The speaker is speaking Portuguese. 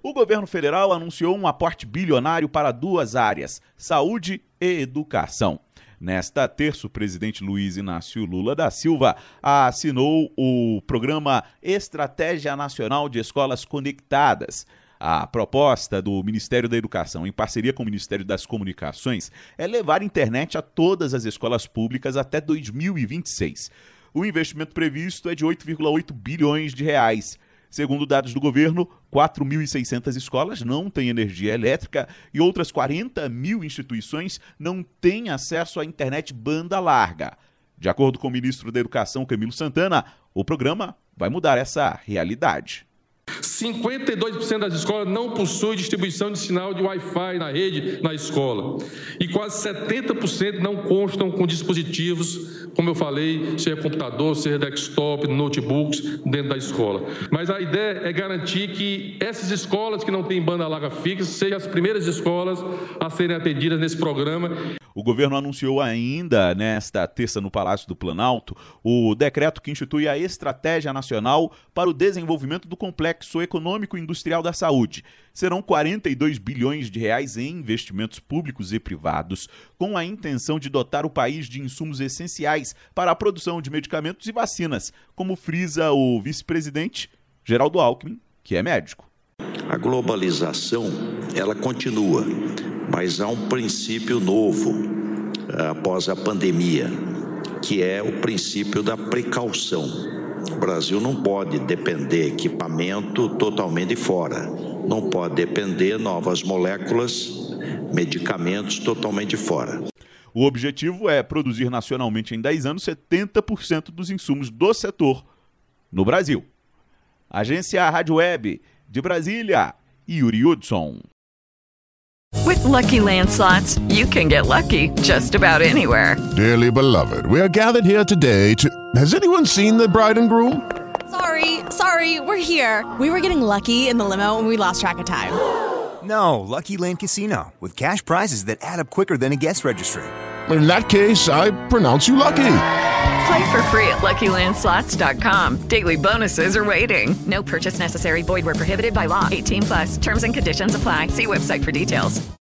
O governo federal anunciou um aporte bilionário para duas áreas, saúde e educação. Nesta terça, o presidente Luiz Inácio Lula da Silva assinou o programa Estratégia Nacional de Escolas Conectadas. A proposta do Ministério da Educação, em parceria com o Ministério das Comunicações, é levar a internet a todas as escolas públicas até 2026. O investimento previsto é de 8,8 bilhões de reais. Segundo dados do governo, 4.600 escolas não têm energia elétrica e outras 40 mil instituições não têm acesso à internet banda larga. De acordo com o ministro da Educação, Camilo Santana, o programa vai mudar essa realidade. 52% das escolas não possuem distribuição de sinal de Wi-Fi na rede na escola. E quase 70% não constam com dispositivos, como eu falei, seja computador, seja desktop, notebooks, dentro da escola. Mas a ideia é garantir que essas escolas que não têm banda larga fixa sejam as primeiras escolas a serem atendidas nesse programa. O governo anunciou ainda nesta terça no Palácio do Planalto o decreto que institui a Estratégia Nacional para o Desenvolvimento do Complexo Econômico e Industrial da Saúde. Serão 42 bilhões de reais em investimentos públicos e privados, com a intenção de dotar o país de insumos essenciais para a produção de medicamentos e vacinas, como frisa o vice-presidente Geraldo Alckmin, que é médico. A globalização, ela continua, mas há um princípio novo após a pandemia, que é o princípio da precaução. O Brasil não pode depender equipamento totalmente de fora, não pode depender novas moléculas, medicamentos totalmente de fora. O objetivo é produzir nacionalmente em 10 anos 70% dos insumos do setor no Brasil. Agência Rádio Web de Brasília, Yuri Hudson. With Lucky Land Slots, you can get lucky just about anywhere. Dearly beloved, we are gathered here today to... Has anyone seen the bride and groom? Sorry, we're here. We were getting lucky in the limo and we lost track of time. No, Lucky Land Casino, with cash prizes that add up quicker than a guest registry. In that case, I pronounce you lucky. Play for free at LuckyLandSlots.com. Daily bonuses are waiting. No purchase necessary. Void where prohibited by law. 18+. Terms and conditions apply. See website for details.